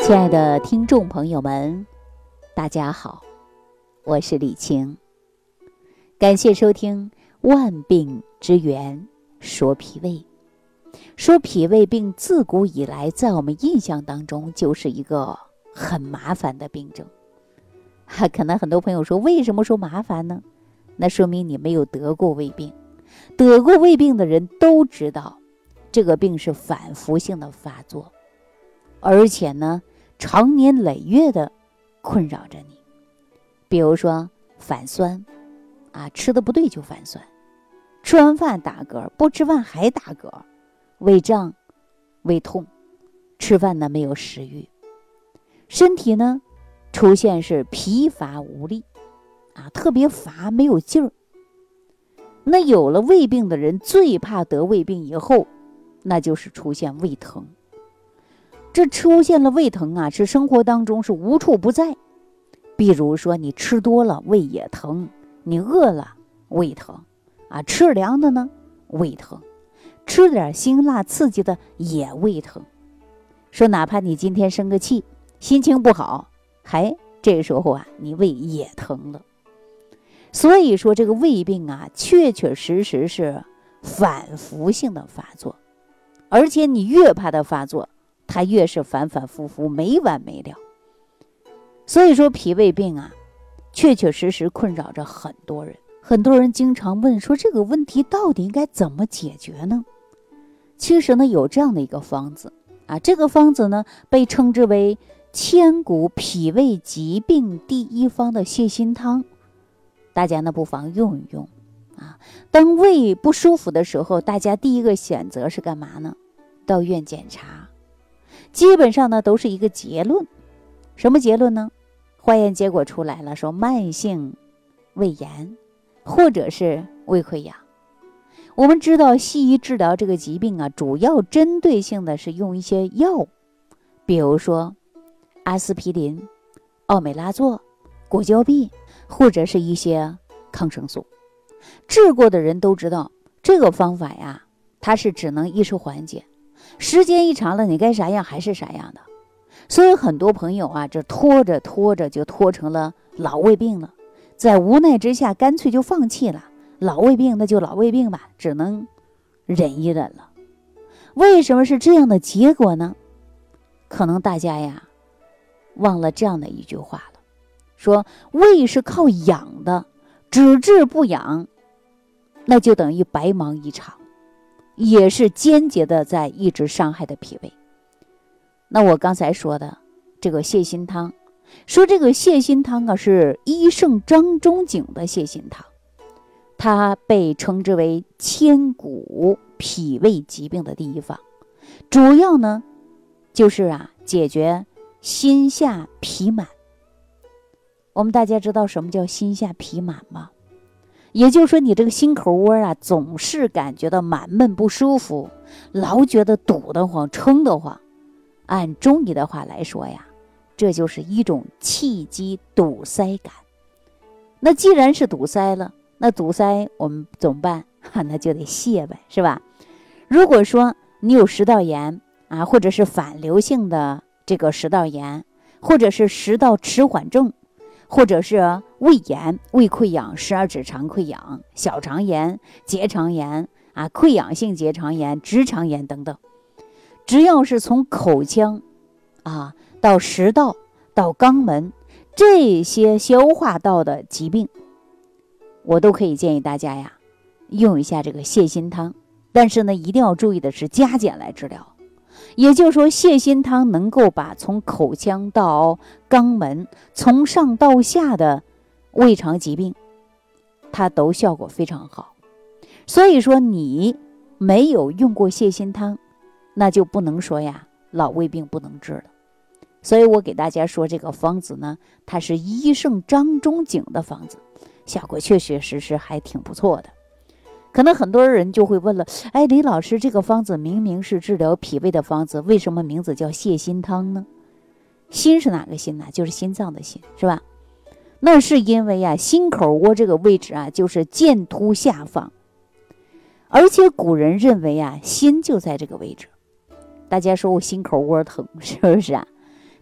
亲爱的听众朋友们，大家好，我是李晴，感谢收听万病之源说脾胃。说脾胃病自古以来在我们印象当中就是一个很麻烦的病症。可能很多朋友说，为什么说麻烦呢？那说明你没有得过胃病。得过胃病的人都知道，这个病是反复性的发作，而且呢长年累月的困扰着你。比如说反酸吃的不对就反酸，吃完饭打嗝，不吃饭还打嗝，胃胀胃痛，吃饭呢没有食欲，身体呢出现是疲乏无力特别乏，没有劲儿。那有了胃病的人最怕得胃病以后，那就是出现胃疼。这出现了胃疼是生活当中是无处不在。比如说你吃多了胃也疼，你饿了胃疼吃凉的呢胃疼，吃点辛辣刺激的也胃疼。说哪怕你今天生个气，心情不好，这时候你胃也疼了。所以说这个胃病确确实实是反复性的发作，而且你越怕它发作，它越是反反复复，没完没了。所以说脾胃病确确实实困扰着很多人。很多人经常问说，这个问题到底应该怎么解决呢？其实呢有这样的一个方子这个方子呢被称之为千古脾胃疾病第一方的泻心汤。大家呢不妨用一用当胃不舒服的时候，大家第一个选择是干嘛呢？到医院检查。基本上呢都是一个结论。什么结论呢？化验结果出来了，说慢性胃炎或者是胃溃疡。我们知道西医治疗这个疾病主要针对性的是用一些药，比如说阿司匹林、奥美拉唑、果胶吡，或者是一些抗生素。治过的人都知道这个方法它是只能一时缓解，时间一长了你该啥样还是啥样的。所以很多朋友这拖着就拖成了老胃病了，在无奈之下干脆就放弃了，老胃病那就老胃病吧，只能忍一忍了。为什么是这样的结果呢？可能大家忘了这样的一句话了，说胃是靠养的，只治不养，那就等于白忙一场，也是间接的在一直伤害的脾胃。那我刚才说的这个泻心汤，说这个泻心汤是医圣张仲景的泻心汤，它被称之为千古脾胃疾病的第一方，主要呢就是解决心下痞满。我们大家知道什么叫心下痞满吗？也就是说你这个心口窝总是感觉到满闷不舒服，老觉得堵得慌撑得慌。按中医的话来说这就是一种气机堵塞感。那既然是堵塞了，那堵塞我们怎么办那就得泻呗，是吧？如果说你有食道炎或者是反流性的这个食道炎，或者是食道迟缓症，或者是胃炎、胃溃疡、十二指肠溃疡、小肠炎、结肠炎溃疡性结肠炎、直肠炎等等，只要是从口腔到食道到肛门这些消化道的疾病，我都可以建议大家用一下这个泻心汤。但是呢一定要注意的是加减来治疗，也就是说泻心汤能够把从口腔到肛门从上到下的胃肠疾病它都效果非常好。所以说你没有用过泻心汤，那就不能说老胃病不能治了。所以我给大家说这个方子呢，它是医圣张仲景的方子，效果确确实实还挺不错的。可能很多人就会问了，李老师，这个方子明明是治疗脾胃的方子，为什么名字叫泻心汤呢？心是哪个心呢？就是心脏的心，是吧？那是因为心口窝这个位置就是剑突下方，而且古人认为心就在这个位置。大家说我心口窝疼，是不是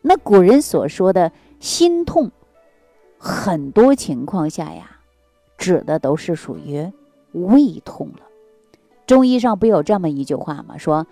那古人所说的心痛，很多情况下呀，指的都是属于胃痛了。中医上不有这么一句话吗？说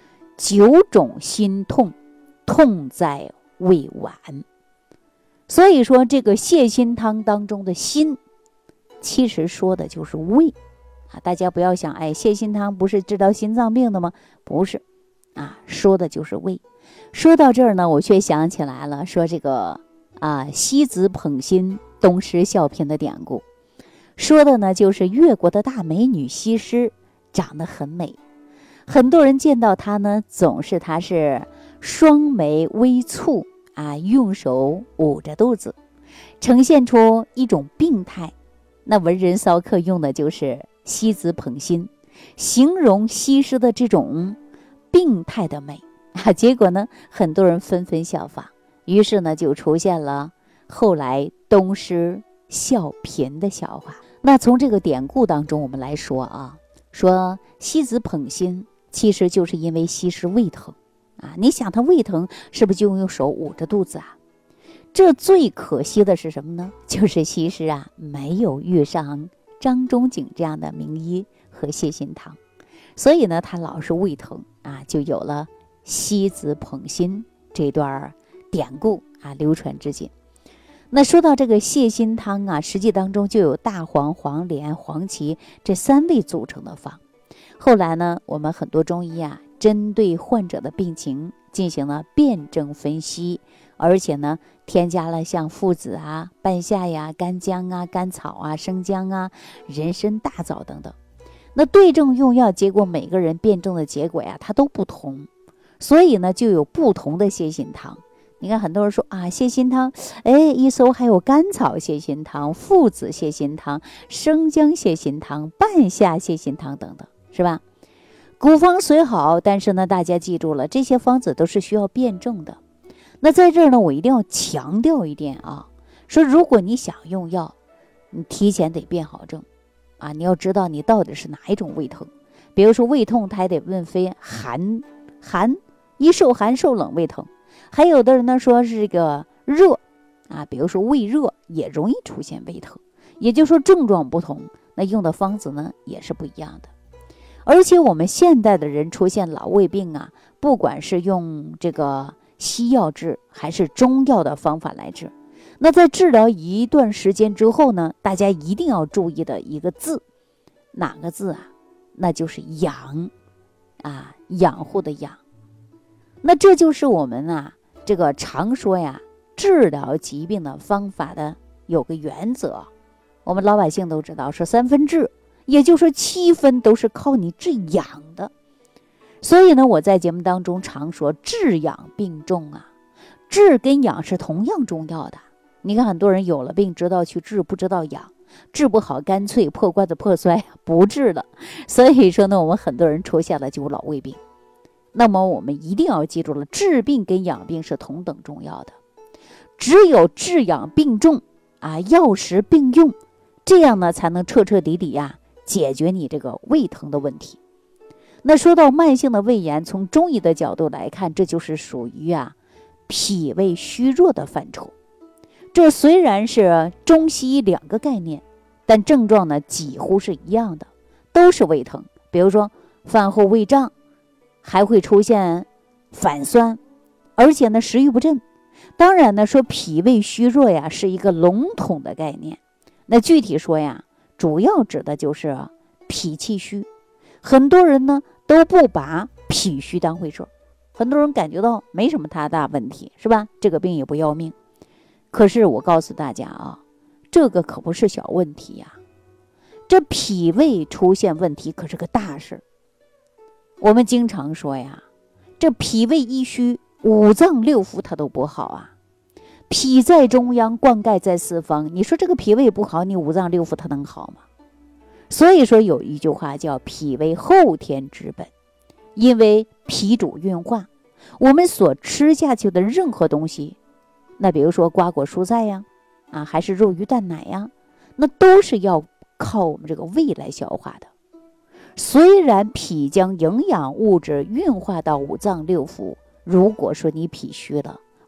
9种心痛，痛在胃脘。所以说这个泻心汤当中的心，其实说的就是胃啊。大家不要想，泻心汤不是治疗心脏病的吗？不是啊，说的就是胃。说到这儿呢，我却想起来了，说这个西子捧心，东施效颦的典故，说的呢就是越国的大美女西施长得很美，很多人见到她呢，总是她是双眉微蹙用手捂着肚子，呈现出一种病态。那文人骚客用的就是西子捧心，形容西施的这种病态的美结果呢，很多人纷纷效仿，于是呢，就出现了后来东施效颦的笑话。那从这个典故当中我们来说说西子捧心，其实就是因为西施胃疼你想她胃疼，是不是就用手捂着肚子这最可惜的是什么呢？就是西施没有遇上张仲景这样的名医和泻心汤，所以呢，她老是胃疼就有了西子捧心这段典故流传至今。那说到这个泻心汤实际当中就有大黄、黄连、黄芪这3味组成的方。后来呢，我们很多中医针对患者的病情进行了辩证分析，而且呢，添加了像附子半夏干姜甘草生姜人参、大枣等等。那对症用药，结果每个人辩证的结果它都不同，所以呢，就有不同的泻心汤。你看很多人说泻心汤，一搜还有甘草泻心汤、附子泻心汤、生姜泻心汤、半夏泻心汤等等，是吧？古方虽好，但是呢，大家记住了，这些方子都是需要辩证的。那在这儿呢，我一定要强调一点说如果你想用药，你提前得辩好证你要知道你到底是哪一种胃疼。比如说胃痛，他也得问非寒，一受寒受冷胃疼。还有的人呢说是这个热比如说胃热也容易出现胃疼，也就是说症状不同，那用的方子呢也是不一样的。而且我们现代的人出现老胃病不管是用这个西药治还是中药的方法来治，那在治疗一段时间之后呢，大家一定要注意的一个字，哪个字那就是养养护的养。那这就是我们这个常说治疗疾病的方法的有个原则，我们老百姓都知道是3分治，也就是说7分都是靠你治养的。所以呢，我在节目当中常说治养并重治跟养是同样重要的。你看很多人有了病知道去治，不知道养，治不好干脆破罐子破摔不治了。所以说呢，我们很多人出现了就老胃病。那么我们一定要记住了，治病跟养病是同等重要的，只有治养并重药食并用，这样呢才能彻彻底底解决你这个胃疼的问题。那说到慢性的胃炎，从中医的角度来看，这就是属于脾胃虚弱的范畴。这虽然是中西医2个概念，但症状呢几乎是一样的，都是胃疼。比如说饭后胃胀，还会出现反酸，而且呢食欲不振。当然呢，说脾胃虚弱是一个笼统的概念，那具体说主要指的就是脾气虚。很多人呢都不把脾虚当回事，很多人感觉到没什么太大问题，是吧？这个病也不要命。可是我告诉大家这个可不是小问题这脾胃出现问题可是个大事。我们经常说这脾胃一虚，5脏6腑它都不好脾在中央，灌溉在四方，你说这个脾胃不好，你5脏6腑它能好吗？所以说有一句话叫脾为后天之本，因为脾主运化，我们所吃下去的任何东西，那比如说瓜果蔬菜还是肉鱼蛋奶那都是要靠我们这个胃来消化的。虽然脾将营养物质运化到5脏6腑，如果说你脾虚了，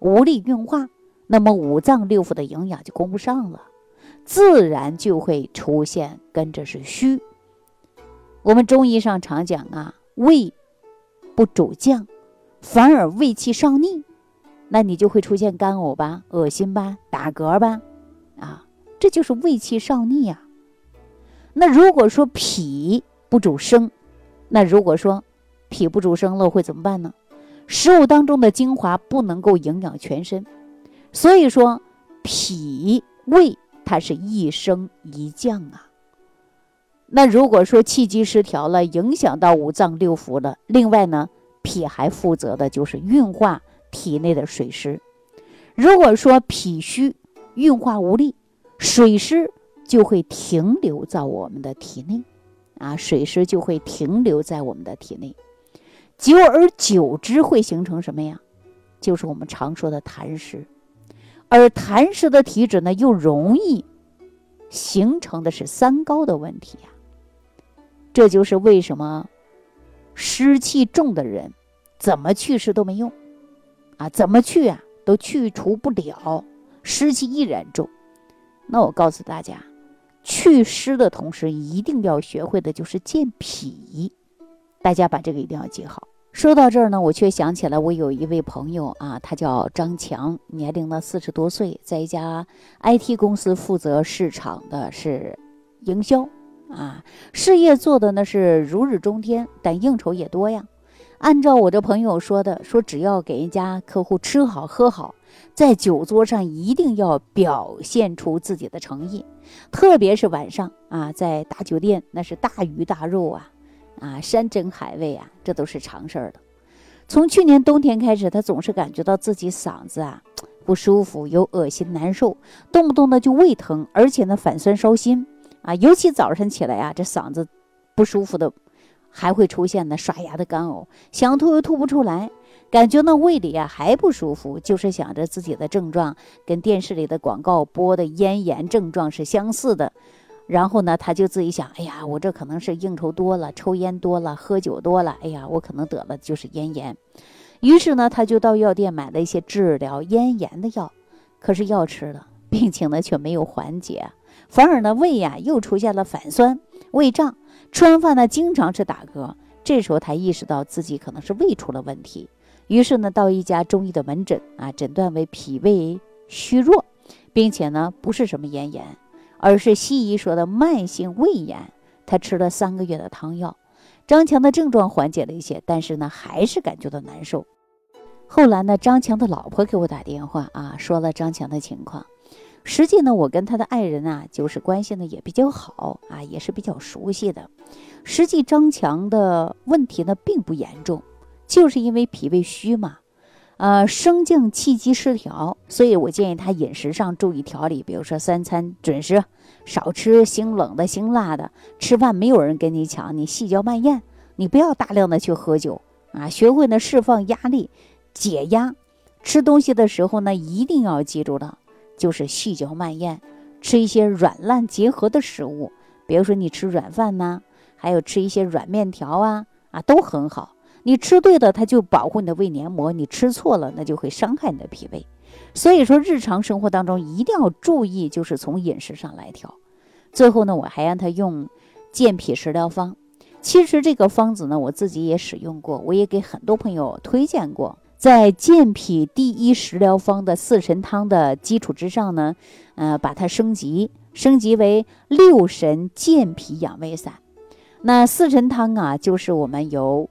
无力运化，那么五脏六腑的营养就供不上了，自然就会出现跟着是虚。我们中医上常讲啊，胃不主降，反而胃气上逆，那你就会出现干呕吧，恶心吧，打嗝吧，这就是胃气上逆啊。那如果说脾不主升，那如果说脾不主升了会怎么办呢？食物当中的精华不能够营养全身，所以说脾胃它是一升一降啊。那如果说气机失调了，影响到五脏六腑了，另外呢，脾还负责的就是运化体内的水湿。如果说脾虚，运化无力，水湿就会停留在我们的体内水湿就会停留在我们的体内，久而久之会形成什么呀？就是我们常说的痰湿。而痰湿的体质呢，又容易形成的是三高的问题这就是为什么湿气重的人怎么祛湿都没用怎么去都去除不了，湿气依然重。那我告诉大家，祛湿的同时一定要学会的就是健脾，大家把这个一定要记好。说到这儿呢，我却想起来我有一位朋友他叫张强，年龄呢40多岁，在一家 IT 公司负责市场的是营销事业做的呢是如日中天，但应酬也多呀。按照我这朋友说的，说只要给人家客户吃好喝好，在酒桌上一定要表现出自己的诚意，特别是晚上在大酒店那是大鱼大肉山珍海味这都是常事儿的。从去年冬天开始，他总是感觉到自己嗓子不舒服，有恶心难受，动不动的就胃疼，而且呢反酸烧心尤其早晨起来这嗓子不舒服的，还会出现呢刷牙的干呕，想吐又吐不出来，感觉呢胃里还不舒服，就是想着自己的症状跟电视里的广告播的咽炎症状是相似的。然后呢他就自己想，哎呀，我这可能是应酬多了，抽烟多了，喝酒多了，哎呀，我可能得了就是咽炎。于是呢他就到药店买了一些治疗咽炎的药，可是药吃了，病情呢却没有缓解，反而呢胃又出现了反酸胃胀，吃完饭呢经常是打嗝。这时候他意识到自己可能是胃出了问题，于是呢到一家中医的门诊诊断为脾胃虚弱，并且呢不是什么咽炎，而是西医说的慢性胃炎。他吃了3个月的汤药，张强的症状缓解了一些，但是呢还是感觉到难受。后来呢张强的老婆给我打电话说了张强的情况。实际呢我跟他的爱人就是关系呢也比较好也是比较熟悉的。实际张强的问题呢并不严重，就是因为脾胃虚嘛升降气机失调，所以我建议他饮食上注意调理，比如说3餐准时，少吃辛冷的辛辣的，吃饭没有人跟你抢，你细嚼慢咽，你不要大量的去喝酒学会呢释放压力解压。吃东西的时候呢一定要记住的就是细嚼慢咽，吃一些软烂结合的食物，比如说你吃软饭还有吃一些软面条都很好。你吃对的它就保护你的胃黏膜，你吃错了那就会伤害你的脾胃。所以说日常生活当中一定要注意，就是从饮食上来调。最后呢我还让他用健脾食疗方。其实这个方子呢我自己也使用过，我也给很多朋友推荐过。在健脾第一食疗方的四神汤的基础之上呢把它升级为六神健脾养胃散。那四神汤就是我们由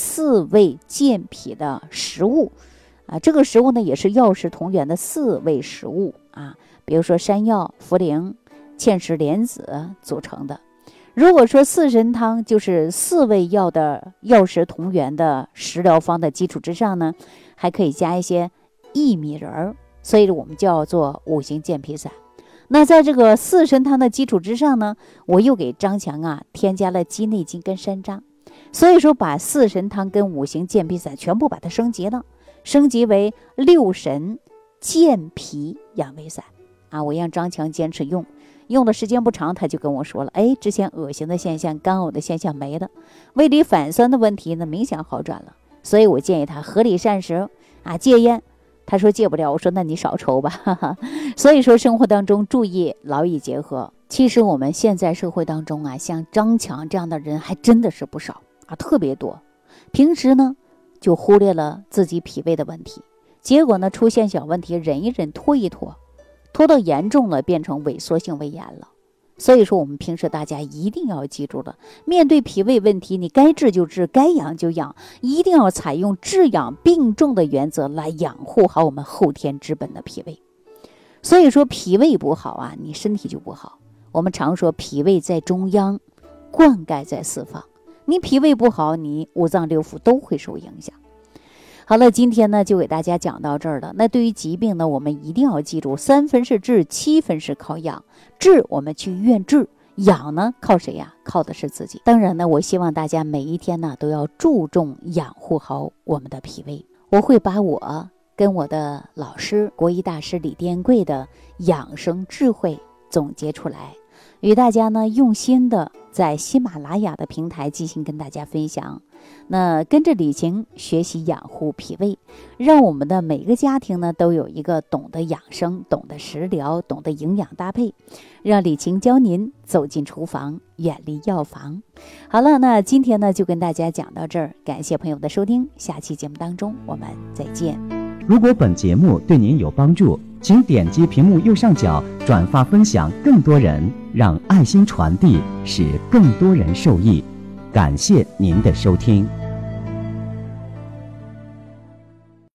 4味健脾的食物这个食物呢也是药食同源的4味食物比如说山药、茯苓、芡实、莲子组成的。如果说四神汤就是4味药的药食同源的食疗方的基础之上呢，还可以加一些薏米仁，所以我们叫做5行健脾散。那在这个四神汤的基础之上呢，我又给张强添加了鸡内金跟山楂，所以说把四神汤跟5行健脾散全部把它升级了，升级为6神健脾养胃散我让张强坚持用的时间不长，他就跟我说了，之前恶心的现象、干呕的现象没了，胃里反酸的问题呢明显好转了。所以我建议他合理膳食戒烟， 他说戒不了，我说那你少抽吧。所以说生活当中注意劳逸结合。其实我们现在社会当中啊，像张强这样的人还真的是不少啊，特别多。平时呢就忽略了自己脾胃的问题，结果呢出现小问题忍一忍拖一拖，拖到严重了变成萎缩性胃炎了。所以说我们平时大家一定要记住了，面对脾胃问题，你该治就治，该养就养，一定要采用治养并重的原则来养护好我们后天之本的脾胃。所以说脾胃不好啊，你身体就不好。我们常说脾胃在中央，灌溉在四方，你脾胃不好，你五脏六腑都会受影响。好了，今天呢就给大家讲到这儿了。那对于疾病呢，我们一定要记住，3分是治，7分是靠养。治我们去医院治，养呢靠谁呀？靠的是自己。当然呢，我希望大家每一天呢都要注重养护好我们的脾胃。我会把我跟我的老师国医大师李殿贵的养生智慧总结出来，与大家呢用心的在喜马拉雅的平台进行跟大家分享。那跟着李晴学习养护脾胃，让我们的每个家庭呢都有一个懂得养生、懂得食疗、懂得营养搭配，让李晴教您走进厨房，远离药房。好了，那今天呢就跟大家讲到这儿，感谢朋友的收听，下期节目当中我们再见。 如果本节目对您有帮助，请点击屏幕右上角转发分享，更多人，让爱心传递，使更多人受益。感谢您的收听。